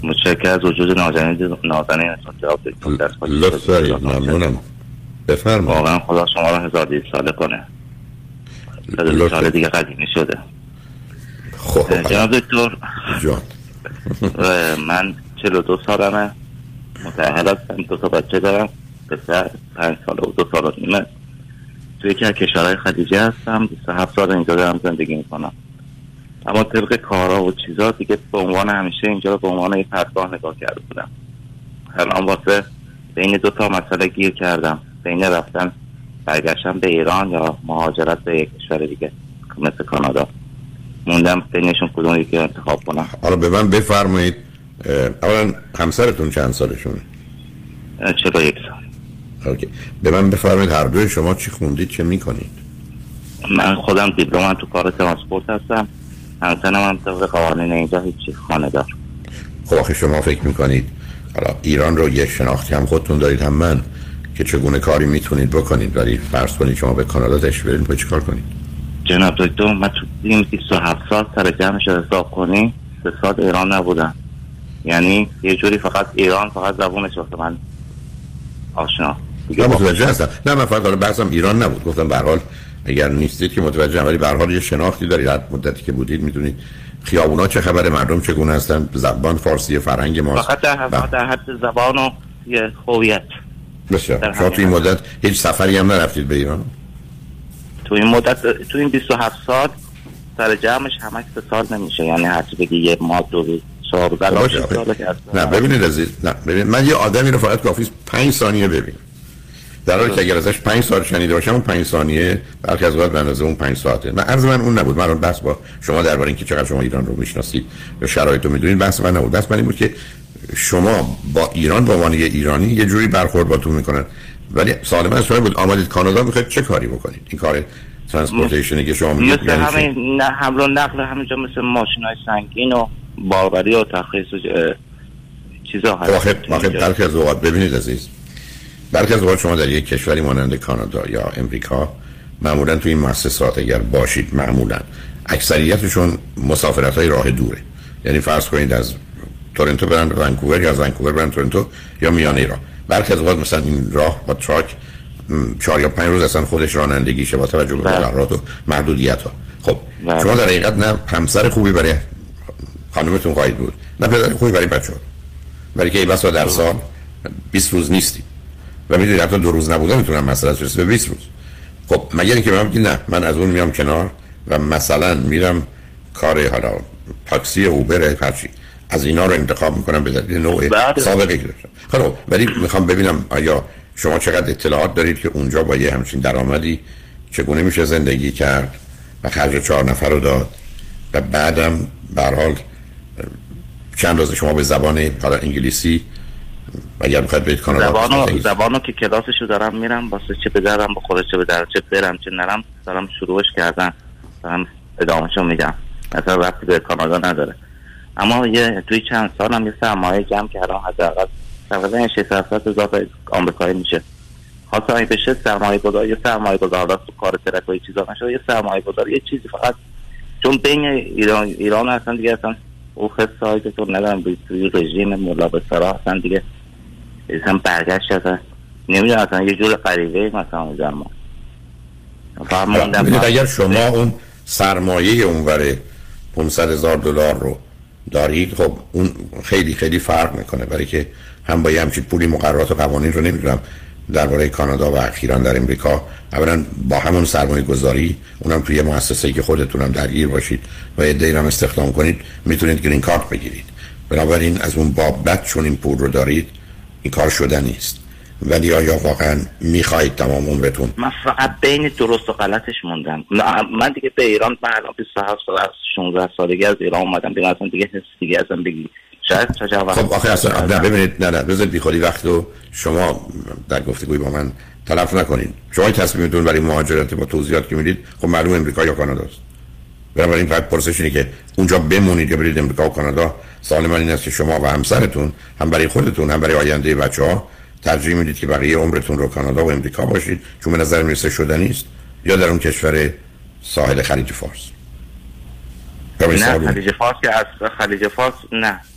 متشکرم از وجود نازنینتون جواب دادید. لطف دارید. ممنونم. بفرمایید. واقعا خدا شما رو 1200 ساله کنه. 1200 سال دیگه قدیمی شده. خب جناب دکتر جان من 42 سالمه، متأهل هستم، 2 تا بچه دارم، پسر 5 ساله و 2 سال و نیمه. توی یکی از کشورهای خلیجی هستم، 27 سال اینجا دارم زندگی میکنم. اما طبق کارها و چیزا دیگه به عنوان همیشه اینجا رو به عنوان یک پرتگاه نگاه کرده بودم. الان واسه بین 2 تا مسئله گیر کردم، بین رفتن برگشتن به ایران یا مهاجرت به یک کشور دیگه مثل کانادا. موندم بینشون کدوم یکی رو انتخاب کنم. حالا به من بفرمایید اولا همسرتون چند سالشونه؟ 41 سال. اوکی. به من بفرمایید هر دوی شما چی خوندید، چه میکنید؟ من خودم دیپلمم تو کار ترانسپورت هستم، همسرم هم طبق قوانین اینجا هیچی خانه‌دار. خب آخه شما فکر میکنید حالا ایران رو یه شناختی هم خودتون دارید هم من که چگونه کاری میتونید بکنید، ولی فرض کنید شما به کانادا تشریف برید باید چیکار کنید؟ جناب دکتر من تو این 27 سال سر جمعش رو حساب کنی 3 سال ایران نبودم، یعنی یه جوری فقط ایران فقط زبونش واسه من آشنا. دیگه متوجه هستم. نه من فقط بحثم ایران نبود، گفتم به هر حال اگر نیستید که متوجهم، ولی به هر حال یه شناختی دارید، هر مدتی که بودید میدونید خیابونا چه خبره، مردم چگونه هستن، زبان فارسی فرهنگ ماست. فقط در حد زبان و یه هویت. بسیار. شما تو این مدت هیچ سفری هم نرفتید به ایران؟ تو این مدت تو این 27 سال سر جمعش همش 3 سال نمیشه، یعنی هرچی بگی یه ماه 2 روز 4 روز نه ببینید عزیز، نه ببینید من یه آدمی رو فقط کافیه 5 ثانیه ببینم، در حالی که اگر ازش 5 سال شنیده باشم اون 5 ثانیه بلکه از وقت به اندازه اون 5 ساعته. من عرض من اون نبود، من بحث با شما درباره اینکه چقدر شما ایران رو میشناسید یا شرایط رو میدونید بحث من نبود. بحث من این بود که شما با ایران به عنوان یه ایرانی یه جوری برخورد باتون میکنن، ولی سالمه سوال بود آمدید کانادا میخواید چه کاری بکنید؟ این کار ترانسپورتیشنی که شما میگید مثل همین حمل و نقل همینجا مثل ماشینای سنگین و باربری و تخصیص و چیزا هست. واقعا برخی از اوقات ببینید عزیز، برخی از اوقات شما در یک کشوری مانند کانادا یا امریکا معمولا تو این مؤسسات اگر باشید معمولا اکثریتشون مسافرت‌های راه دوره، یعنی فرض کنید از تورنتو برن به ونکوور یا از ونکوور برن تورنتو یا میانه راه. برخی از اوقات مثلا این راه با تراک 4 یا 5 روز اصلا خودش رانندگیشه با توجه به مقررات و محدودیت‌ها. خب شما در حقیقت نه همسر خوبی برای خانمتون خواهید بود، نه پدر خوبی برای بچه‌ها، برای که بس در سال 20 روز نیستی و میدونید حتی 2 روز نبودن میتونم مسئله برسه به 20 روز. خب مگر اینکه من بگم نه من از اون میام کنار و مثلا میرم کار حالا تاکسی اوبر هرچی از اینا رو انتخاب میکنم به دلیل نوع سابقه که داشتم. خب ولی میخوام ببینم آیا شما چقدر اطلاعات دارید که اونجا با یه همچین درآمدی چگونه میشه زندگی کرد و خرج 4 نفر رو داد و بعدم به هر حال چند روز شما به زبان حالا انگلیسی اگر بخواید برید کانادا زبانو که کلاسشو دارم میرم واسه چه بدرم بخوره چه بدرم چه برم چه نرم دارم شروعش کردن دارم ادامهشو میدم، مثلا وقتی به کانادا نداره. اما یه توی چند سال هم یه سرمایه جمع کردم، حداقل تقریبا 600,000 آمریکایی میشه. خواستم این بشه سرمایه گذار، یه سرمایه گذار تو کار ترک و چیزا نشه، یه سرمایه گذار یه چیزی فقط چون بین ایران اصلا دیگه اصلا او خصایت تو ندارم توی رژیم مولا به سرا اصلا دیگه اصلا برگشت اصلا نمیدونم اصلا یه جور غریبه مثلا اونجا ما اگر شما اون سرمایه اونوره $500,000 رو دارید خب اون خیلی خیلی فرق میکنه، برای که هم با یه همچین پولی مقررات و قوانین رو نمیدونم درباره کانادا و اخیراً در امریکا اولا با همون سرمایه گذاری اونم توی مؤسسه‌ای که خودتونم درگیر باشید و ایده هم استخدام کنید میتونید گرین کارت بگیرید. بنابراین از اون بابت چون این پول رو دارید این کار شده نیست. ولی آیا واقعا میخواهید تمام عمرتون؟ من فقط بین درست و غلطش موندم. من دیگه به ایران من الان 27 سال 16 سالگی از ایران اومدم دیگه، اصلا دیگه حس دیگه ازم بگی شاید خب آخه اصلا نه ببینید نه بذارید بیخودی وقت رو شما در گفتگوی با من تلف نکنید. شما تصمیمتون برای مهاجرت با توضیحات که میدید خب معلومه امریکا یا کاناداست. بنابراین فقط پرسش اینه که اونجا بمونید یا برید امریکا و کانادا. سوال من این است که شما و همسرتون هم برای خودتون هم برای آینده بچه‌ها ترجیح میدید که بقیه عمرتون رو کانادا و امریکا باشید چون به نظر میرسه شدنی است، یا در اون کشور ساحل خلیج فارس؟ نه خلیج فارس که از خلیج فارس نه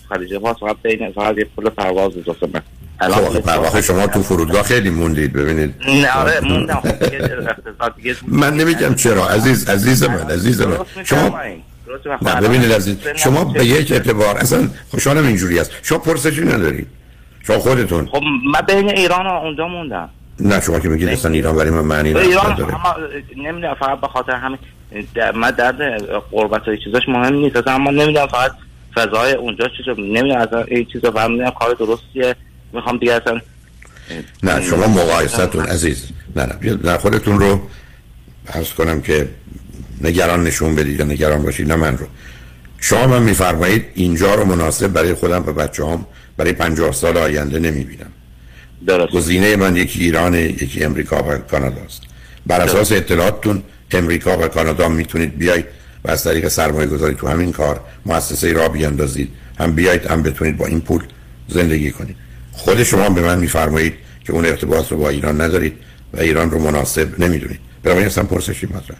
خلیج فارس فقط بین فقط یه پول پرواز اضافه من. الان پرواز شما تو فرودگاه خیلی موندید ببینید. نه آره موندم. خب دیگه اقتصاد دیگه من نمیگم چرا عزیز من شما نه ببینید عزیز شما به یک اعتبار اصلا خوشحالم اینجوری است. شما پرسشی ندارید شما خودتون. خب من بین ایران و اونجا موندم. نه شما که میگید اصلا ایران برای من معنی نداره. ایران نمیدونم فقط به خاطر همین من درد قربت و چیزاش مهم نیست اصلا. اما نمیدونم فقط فضای اونجا چیزا نمیدونم اصلا این چیزا فهمیدم کار درستیه میخوام دیگه اصلا. نه شما مقایستون عزیز نه خودتون رو عرض کنم که نگران نشون بدید یا نگران باشید. نه من رو شما من میفرمایید اینجا رو مناسب برای خودم و بچه‌هام برای 50 سال آینده نمیبینم. درست. گزینه من یکی ایران یکی امریکا و کانادا است. بر اساس اطلاعاتتون امریکا و کانادا میتونید بیاید و از طریق سرمایه گذاری تو همین کار مؤسسه را بیاندازید هم بیاید هم بتونید با این پول زندگی کنید. خود شما به من میفرمایید که اون ارتباط رو با ایران ندارید و ایران رو مناسب نمیدونید. برای اصلا پرسشی مطرح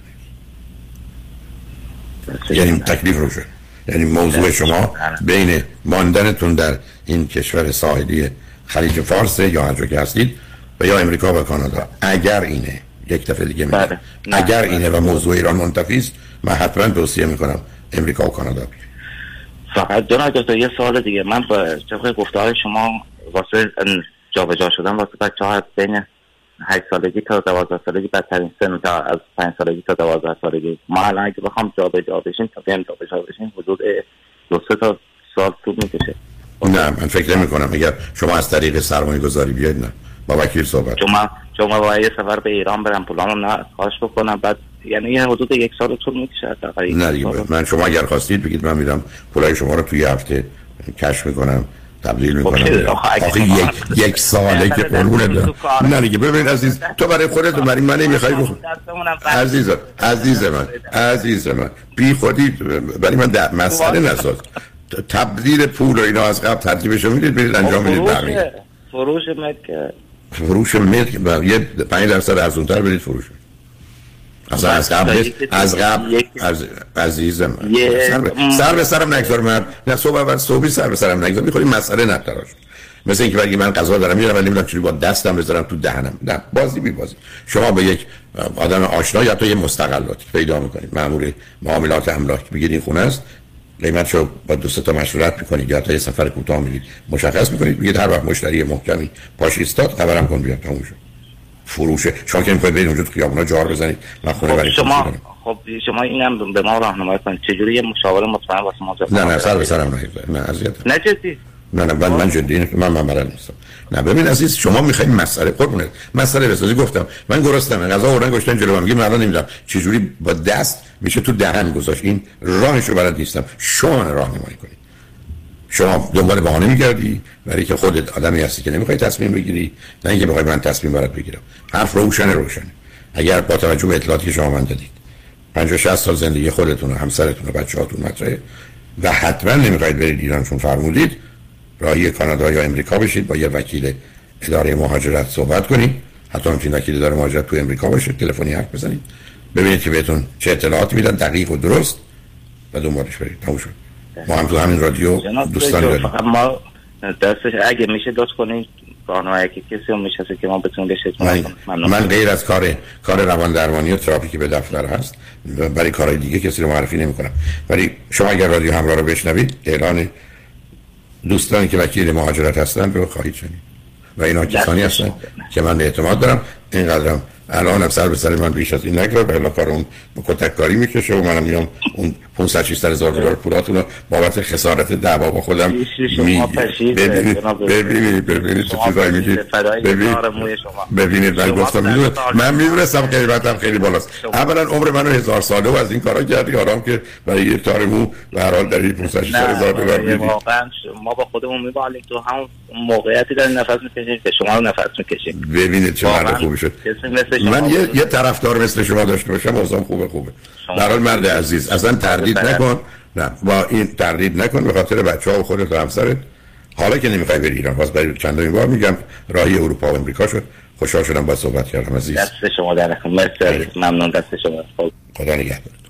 نیست. یعنی تکلیف رو شد. یعنی موضوع شما بین ماندنتون در این کشور ساحلی خلیج فارس یا هر جا که هستید و یا امریکا و کانادا. اگر اینه یک دفعه دیگه میگم اگر اینه و موضوع ایران منتفی است من حتما توصیه میکنم امریکا و کانادا بیاید. فقط دو یه سوال دیگه من با طبق گفتار شما واسه جابجا شدن واسه بچه‌ها بین 8 سالگی تا 12 سالگی بدترین سن تا از 5 سالگی تا 12 سالگی ما الان اگه بخوام جابجا بشیم تا بیام جابجا بشیم حدود 2-3 تا سال طول میکشه. نه من فکر نمی‌کنم اگر شما از طریق سرمایه گذاری بیاید نه با وکیل صحبت چون با یه سفر به ایران برم پولامو نه خواهش بکنم بعد یعنی یه حدود 1 سال طول میکشه تقریبا. نه دیگه من شما اگر خواستید بگید من میرم پولای شما رو توی هفته کش میکنم تبدیل میکنم. آخه یک ساله که قانون دارم. نه دیگه ببین عزیز تو برای خودت برای من نمیخوای بخون. عزیز من بی خودی برای من در مسئله نساز. تبدیل پول و اینا از قبل ترتیبشو میدید برید انجام میدید برمیگه. فروش ملک یه 5% ارزونتر برید فروش. از قبل عزیز من سر به سرم نگذار من نه صبح سر به سرم نگذار میخوری مسئله نتراش مثل اینکه بگی من غذا دارم میرم ولی نمیدونم چجوری با دستم بذارم تو دهنم. نه بازی بی بازی. شما به یک آدم آشنا یا تو یه مستقلاتی پیدا میکنید مأمور معاملات املاک بگید این خونه است قیمتشو با 2-3 تا مشورت میکنید یا تا یه سفر کوتاه میرید مشخص میکنید بگید هر وقت مشتری محکمی پاش ایستاد خبرم کن بیاد تموم شد. فروشه شما که میخواید برید اونجا تو خیابونا جار بزنید من خونه برای شما اینم به ما راهنمایی کنید چجوری یه مشاور مطمئن واسه ما نه سر به سرم نه اذیت نه جدی نه من جدی من بلد نیستم. نه ببین عزیز شما میخواید مسئله قربونت مسئله بسازی گفتم من گرسنم غذا آوردن گشتن جلوم میگم الان نمیدونم چجوری با دست میشه تو دهن گذاشت این راهشو بلد نیستم. شما راهنمایی کنید. شما دنبال بهانه میگردی برای که خودت آدمی هستی که نمیخوای تصمیم بگیری نه اینکه بخوای من تصمیم برات بگیرم. حرف روشنه. اگر با توجه به اطلاعاتی که شما من دادید 50-60 سال زندگی خودتون و همسرتون و بچه‌هاتون مطرحه و حتما نمیخواید برید ایران چون فرمودید راهی کانادا یا امریکا بشید با یه وکیل اداره مهاجرت صحبت کنید. حتی همین وکیل اداره مهاجرت تو امریکا باشه تلفنی حرف بزنید ببینید که بهتون چه اطلاعاتی میدن دقیق و درست و دنبالش برید. تموم شد. ما هم تو همین رادیو دوستان داریم. ما دستش اگه میشه دوست کنید راهنمایی کسی رو میشه که ما بتونیم بهش من غیر از کار روان درمانی و تراپی به دفتر هست برای کارهای دیگه کسی رو معرفی نمی‌کنم. ولی شما اگر رادیو همراه رو بشنوید اعلان دوستانی که وکیل مهاجرت هستن رو خواهید شنید و اینا کسانی هستن که من اعتماد دارم. اینقدرم الان سر به سر من بیش از این نگذار بلا کار اون کتک کاری میکشه و منم میام اون 500-600 هزار دلار پولاتون رو بابت خسارت دعوا با خودم ببینید چه چیزایی میگید ببینید من میدونستم قیمتم خیلی بالاست. اولا عمر منو 1000 ساله و از این کارا کردی آرام که برای یه تار مو به هر حال در 500-600 هزار دلار میدید. واقعا ما با خودمون میبالیم تو همون موقعیتی داریم نفس میکشیم که شما رو نفس میکشیم. ببینید چه مرد خوبی شد. من یه طرفدار مثل شما داشته باشم اوضاع خوبه. در حال مرد عزیز اصلا تردید نکن. نه با این تردید نکن به خاطر بچه‌ها و خودت و همسرت. حالا که نمیخوای بری ایران باز برای چندمین بار میگم راهی اروپا و امریکا شد. خوشحال شدم با صحبت کردم عزیز. دست شما در رحمت. مرسی ممنون. دست شما. خدا نگهدار.